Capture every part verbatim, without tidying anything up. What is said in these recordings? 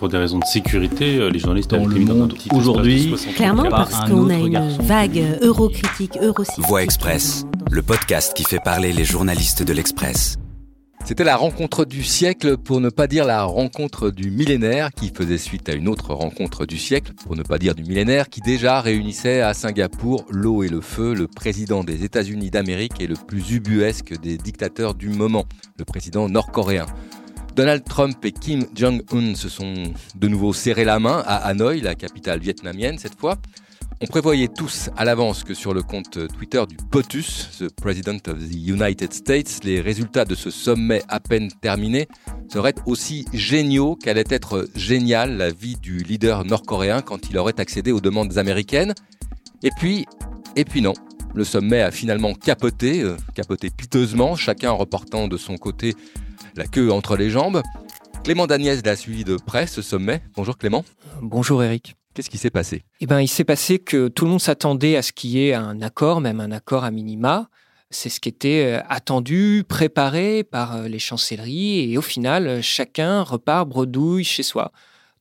Pour des raisons de sécurité, les journalistes dans le monde aujourd'hui, clairement parce qu'on a une vague eurocritique, eurosceptique. Voix Express, le podcast qui fait parler les journalistes de l'Express. C'était la rencontre du siècle, pour ne pas dire la rencontre du millénaire, qui faisait suite à une autre rencontre du siècle, pour ne pas dire du millénaire, qui déjà réunissait à Singapour l'eau et le feu, le président des États-Unis d'Amérique et le plus ubuesque des dictateurs du moment, le président nord-coréen. Donald Trump et Kim Jong-un se sont de nouveau serrés la main à Hanoï, la capitale vietnamienne cette fois. On prévoyait tous à l'avance que sur le compte Twitter du POTUS, The President of the United States, les résultats de ce sommet à peine terminé seraient aussi géniaux qu'allait être géniale la vie du leader nord-coréen quand il aurait accédé aux demandes américaines. Et puis, et puis non, le sommet a finalement capoté, euh, capoté piteusement, chacun reportant de son côté la queue entre les jambes. Clément Dagnès l'a suivi de près ce sommet. Bonjour Clément. Bonjour Eric. Qu'est-ce qui s'est passé ? Eh ben, il s'est passé que tout le monde s'attendait à ce qu'il y ait un accord, même un accord à minima. C'est ce qui était attendu, préparé par les chancelleries. Et au final, chacun repart bredouille chez soi.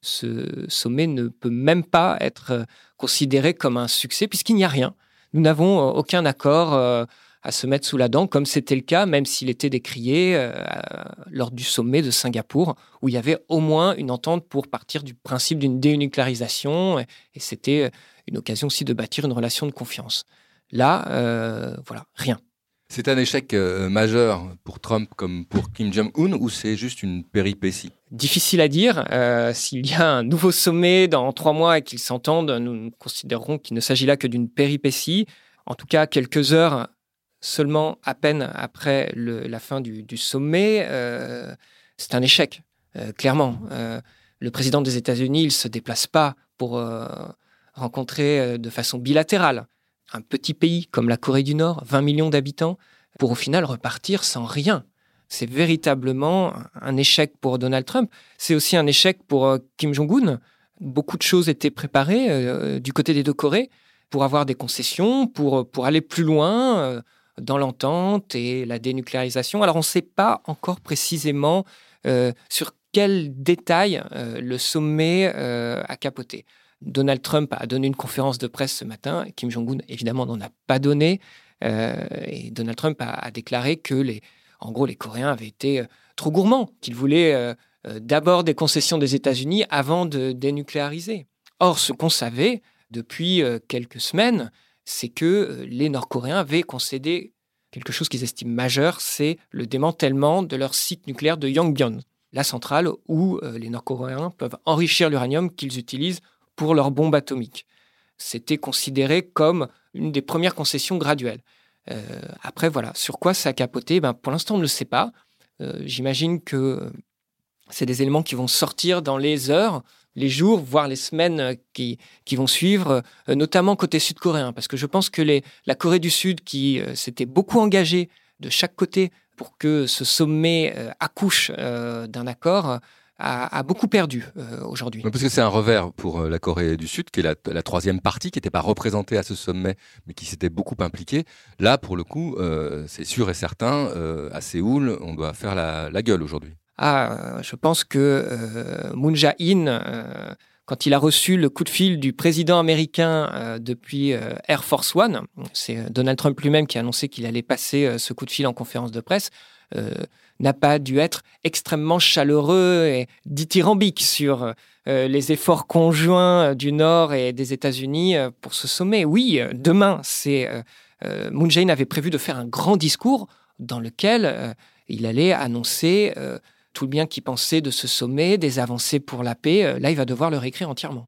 Ce sommet ne peut même pas être considéré comme un succès puisqu'il n'y a rien. Nous n'avons aucun accord à se mettre sous la dent, comme c'était le cas, même s'il était décrié euh, lors du sommet de Singapour, où il y avait au moins une entente pour partir du principe d'une dénucléarisation, et, et c'était une occasion aussi de bâtir une relation de confiance. Là, euh, voilà, rien. C'est un échec euh, majeur pour Trump comme pour Kim Jong-un, ou c'est juste une péripétie ? Difficile à dire. Euh, s'il y a un nouveau sommet dans trois mois et qu'ils s'entendent, nous considérerons qu'il ne s'agit là que d'une péripétie. En tout cas, quelques heures seulement à peine après le, la fin du, du sommet, euh, c'est un échec, euh, clairement. Euh, le président des États-Unis, il ne se déplace pas pour euh, rencontrer euh, de façon bilatérale un petit pays comme la Corée du Nord, vingt millions d'habitants, pour au final repartir sans rien. C'est véritablement un échec pour Donald Trump. C'est aussi un échec pour euh, Kim Jong-un. Beaucoup de choses étaient préparées euh, du côté des deux Corées pour avoir des concessions, pour, pour aller plus loin euh, dans l'entente et la dénucléarisation. Alors, on ne sait pas encore précisément euh, sur quels détails euh, le sommet euh, a capoté. Donald Trump a donné une conférence de presse ce matin. Kim Jong-un, évidemment, n'en a pas donné. Euh, et Donald Trump a, a déclaré que, les, en gros, les Coréens avaient été euh, trop gourmands, qu'ils voulaient euh, euh, d'abord des concessions des États-Unis avant de dénucléariser. Or, ce qu'on savait depuis euh, quelques semaines, c'est que les Nord-Coréens avaient concédé quelque chose qu'ils estiment majeur, c'est le démantèlement de leur site nucléaire de Yongbyon, la centrale où euh, les Nord-Coréens peuvent enrichir l'uranium qu'ils utilisent pour leurs bombes atomiques. C'était considéré comme une des premières concessions graduelles. Euh, après, voilà, sur quoi ça a capoté ? Ben, pour l'instant, on ne le sait pas. Euh, j'imagine que c'est des éléments qui vont sortir dans les heures, les jours, voire les semaines qui, qui vont suivre, euh, notamment côté sud-coréen. Parce que je pense que les, la Corée du Sud, qui euh, s'était beaucoup engagée de chaque côté pour que ce sommet euh, accouche euh, d'un accord, a, a beaucoup perdu euh, aujourd'hui. Parce que c'est un revers pour la Corée du Sud, qui est la, la troisième partie, qui n'était pas représentée à ce sommet, mais qui s'était beaucoup impliquée. Là, pour le coup, euh, c'est sûr et certain, euh, à Séoul, on doit faire la, la gueule aujourd'hui. Ah, je pense que euh, Moon Jae-in, euh, quand il a reçu le coup de fil du président américain euh, depuis euh, Air Force One, c'est Donald Trump lui-même qui a annoncé qu'il allait passer euh, ce coup de fil en conférence de presse, euh, n'a pas dû être extrêmement chaleureux et dithyrambique sur euh, les efforts conjoints du Nord et des États-Unis euh, pour ce sommet. Oui, demain, c'est, euh, euh, Moon Jae-in avait prévu de faire un grand discours dans lequel euh, il allait annoncer euh, tout le bien qu'il pensait de ce sommet, des avancées pour la paix. Là, il va devoir le réécrire entièrement.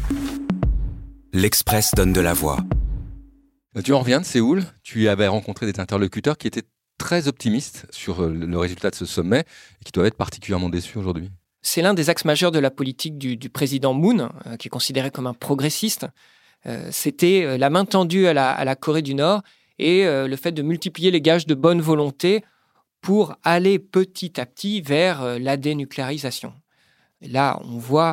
L'Express donne de la voix. Tu en reviens de Séoul. Tu avais rencontré des interlocuteurs qui étaient très optimistes sur le résultat de ce sommet et qui doivent être particulièrement déçus aujourd'hui. C'est l'un des axes majeurs de la politique du, du président Moon, euh, qui est considéré comme un progressiste. Euh, c'était la main tendue à la, à la Corée du Nord et euh, le fait de multiplier les gages de bonne volonté pour aller petit à petit vers la dénucléarisation. Et là, on voit,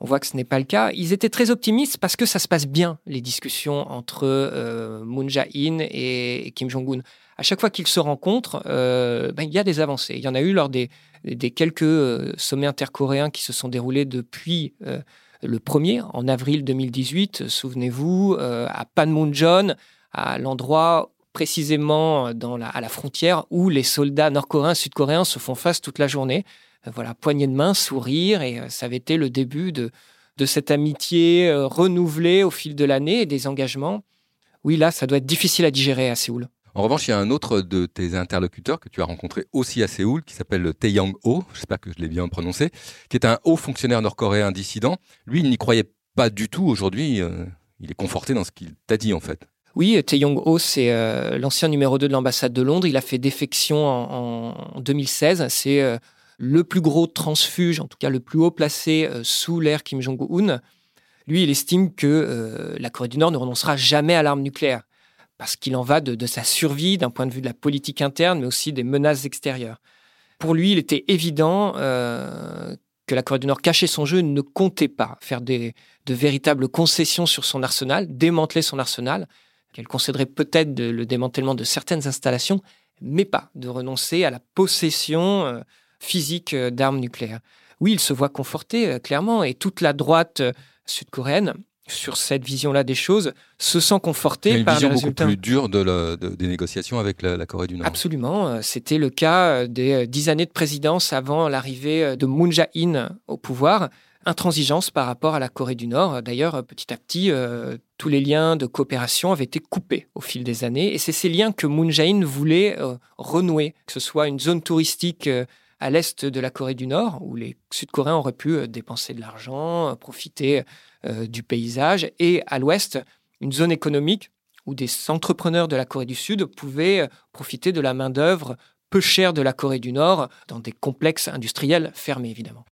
On voit que ce n'est pas le cas. Ils étaient très optimistes parce que ça se passe bien, les discussions entre euh, Moon Jae-in et, et Kim Jong-un. À chaque fois qu'ils se rencontrent, euh, ben, il y a des avancées. Il y en a eu lors des, des quelques euh, sommets intercoréens qui se sont déroulés depuis euh, le premier, en avril deux mille dix-huit. Souvenez-vous, euh, à Panmunjom, à l'endroit précisément dans la, à la frontière où les soldats nord-coréens et sud-coréens se font face toute la journée. Euh, voilà, poignée de main, sourire, et euh, ça avait été le début de, de cette amitié euh, renouvelée au fil de l'année et des engagements. Oui, là, ça doit être difficile à digérer à Séoul. En revanche, il y a un autre de tes interlocuteurs que tu as rencontré aussi à Séoul, qui s'appelle Tae Young-ho, j'espère que je l'ai bien prononcé, qui est un haut fonctionnaire nord-coréen dissident. Lui, il n'y croyait pas du tout. Aujourd'hui, euh, il est conforté dans ce qu'il t'a dit, en fait. Oui, Tae Young-ho, c'est euh, l'ancien numéro deux de l'ambassade de Londres. Il a fait défection en, en deux mille seize. C'est euh, le plus gros transfuge, en tout cas le plus haut placé euh, sous l'ère Kim Jong-un. Lui, il estime que euh, la Corée du Nord ne renoncera jamais à l'arme nucléaire, parce qu'il en va de, de sa survie d'un point de vue de la politique interne, mais aussi des menaces extérieures. Pour lui, il était évident euh, que la Corée du Nord cachait son jeu, ne comptait pas faire des, de véritables concessions sur son arsenal, démanteler son arsenal, qu'elle concéderait peut-être de, le démantèlement de certaines installations, mais pas de renoncer à la possession euh, physique euh, d'armes nucléaires. Oui, il se voit conforté, euh, clairement, et toute la droite euh, sud-coréenne, sur cette vision-là des choses, se sent conforté par les résultats. Il y a une vision beaucoup plus dure de la, de, des négociations avec la, la Corée du Nord. Absolument. C'était le cas des dix années de présidence avant l'arrivée de Moon Jae-in au pouvoir. Intransigeance par rapport à la Corée du Nord. D'ailleurs, petit à petit, euh, tous les liens de coopération avaient été coupés au fil des années. Et c'est ces liens que Moon Jae-in voulait euh, renouer, que ce soit une zone touristique euh, à l'est de la Corée du Nord, où les Sud-Coréens auraient pu euh, dépenser de l'argent, euh, profiter euh, du paysage, et à l'ouest, une zone économique où des entrepreneurs de la Corée du Sud pouvaient euh, profiter de la main-d'œuvre peu chère de la Corée du Nord, dans des complexes industriels fermés, évidemment.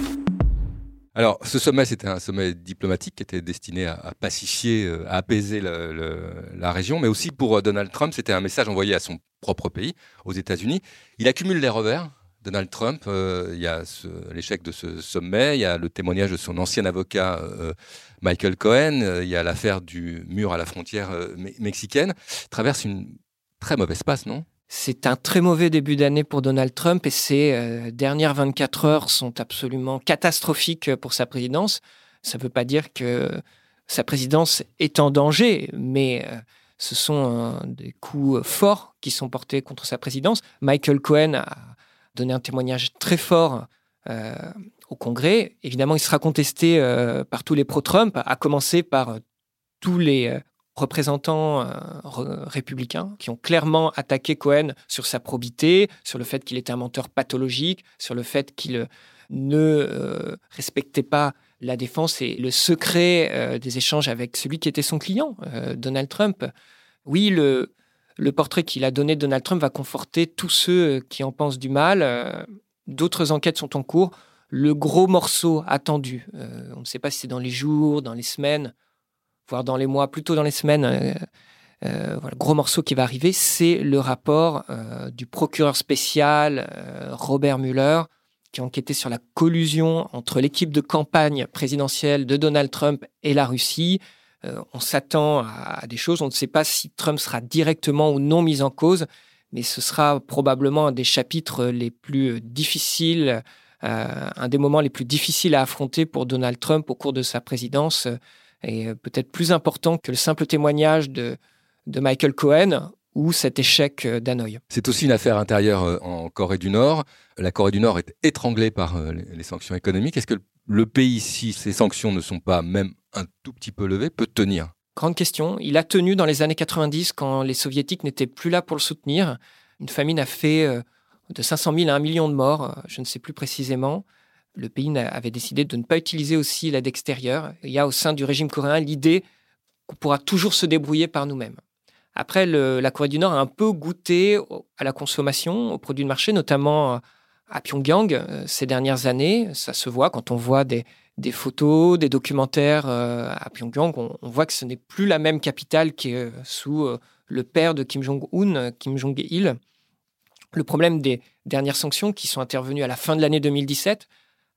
Alors, ce sommet, c'était un sommet diplomatique qui était destiné à, à pacifier, à apaiser le, le, la région, mais aussi pour Donald Trump, c'était un message envoyé à son propre pays, aux États-Unis. Il accumule les revers, Donald Trump. Euh, il y a ce, l'échec de ce sommet, il y a le témoignage de son ancien avocat euh, Michael Cohen, euh, il y a l'affaire du mur à la frontière euh, mexicaine. Il traverse une très mauvaise passe, non ? C'est un très mauvais début d'année pour Donald Trump et ses euh, dernières vingt-quatre heures sont absolument catastrophiques pour sa présidence. Ça ne veut pas dire que sa présidence est en danger, mais euh, ce sont euh, des coups forts qui sont portés contre sa présidence. Michael Cohen a donné un témoignage très fort euh, au Congrès. Évidemment, il sera contesté euh, par tous les pro-Trump, à commencer par euh, tous les... Euh, représentants euh, républicains qui ont clairement attaqué Cohen sur sa probité, sur le fait qu'il était un menteur pathologique, sur le fait qu'il ne euh, respectait pas la défense et le secret euh, des échanges avec celui qui était son client, euh, Donald Trump. Oui, le, le portrait qu'il a donné de Donald Trump va conforter tous ceux qui en pensent du mal. Euh, d'autres enquêtes sont en cours. Le gros morceau attendu, euh, on ne sait pas si c'est dans les jours, dans les semaines, voire dans les mois, plutôt dans les semaines, euh, euh, voilà, le gros morceau qui va arriver, c'est le rapport euh, du procureur spécial euh, Robert Mueller, qui a enquêté sur la collusion entre l'équipe de campagne présidentielle de Donald Trump et la Russie. Euh, on s'attend à, à des choses, on ne sait pas si Trump sera directement ou non mis en cause, mais ce sera probablement un des chapitres les plus difficiles, euh, un des moments les plus difficiles à affronter pour Donald Trump au cours de sa présidence, et peut-être plus important que le simple témoignage de, de Michael Cohen ou cet échec d'Hanoï. C'est aussi une affaire intérieure en Corée du Nord. La Corée du Nord est étranglée par les sanctions économiques. Est-ce que le pays, si ces sanctions ne sont pas même un tout petit peu levées, peut tenir ? Grande question. Il a tenu dans les années quatre-vingt-dix, quand les soviétiques n'étaient plus là pour le soutenir. Une famine a fait de cinq cent mille à un million de morts, je ne sais plus précisément. Le pays avait décidé de ne pas utiliser aussi l'aide extérieure. Il y a au sein du régime coréen l'idée qu'on pourra toujours se débrouiller par nous-mêmes. Après, le, la Corée du Nord a un peu goûté à la consommation, aux produits de marché, notamment à Pyongyang euh, ces dernières années. Ça se voit quand on voit des, des photos, des documentaires euh, à Pyongyang. On, on voit que ce n'est plus la même capitale que euh, sous euh, le père de Kim Jong-un, Kim Jong-il. Le problème des dernières sanctions qui sont intervenues à la fin de l'année deux mille dix-sept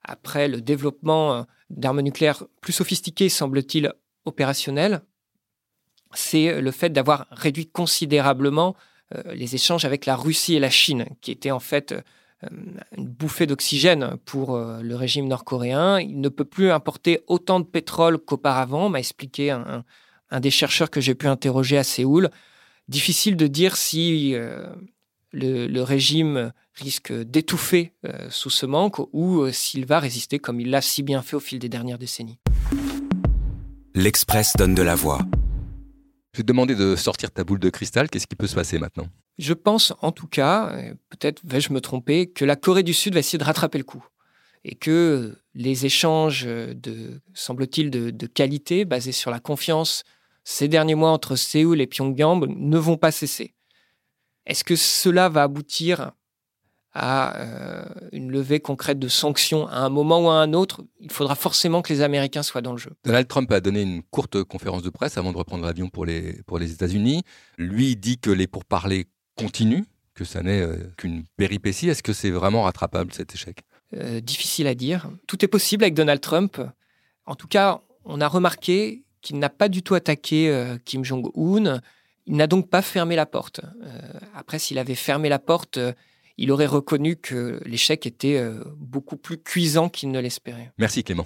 après le développement d'armes nucléaires plus sophistiquées, semble-t-il, opérationnelles, c'est le fait d'avoir réduit considérablement euh, les échanges avec la Russie et la Chine, qui étaient en fait euh, une bouffée d'oxygène pour euh, le régime nord-coréen. Il ne peut plus importer autant de pétrole qu'auparavant, m'a expliqué un, un, un des chercheurs que j'ai pu interroger à Séoul. Difficile de dire si euh, le, le régime risque d'étouffer euh, sous ce manque ou euh, s'il va résister comme il l'a si bien fait au fil des dernières décennies. L'Express donne de la voix. Je vais te demander de sortir ta boule de cristal. Qu'est-ce qui peut se passer maintenant ? Je pense en tout cas, peut-être vais-je me tromper, que la Corée du Sud va essayer de rattraper le coup. Et que les échanges, de, semble-t-il, de, de qualité, basés sur la confiance ces derniers mois entre Séoul et Pyongyang, ne vont pas cesser. Est-ce que cela va aboutir à euh, une levée concrète de sanctions à un moment ou à un autre? Il faudra forcément que les Américains soient dans le jeu. Donald Trump a donné une courte conférence de presse avant de reprendre l'avion pour les, pour les États-Unis. Lui dit que les pourparlers continuent, que ça n'est euh, qu'une péripétie. Est-ce que c'est vraiment rattrapable, cet échec ? euh, Difficile à dire. Tout est possible avec Donald Trump. En tout cas, on a remarqué qu'il n'a pas du tout attaqué euh, Kim Jong-un. Il n'a donc pas fermé la porte. Euh, après, s'il avait fermé la porte, euh, il aurait reconnu que l'échec était euh, beaucoup plus cuisant qu'il ne l'espérait. Merci Clément.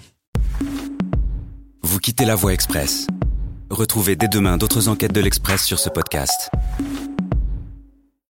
Vous quittez La Voix Express. Retrouvez dès demain d'autres enquêtes de l'Express sur ce podcast.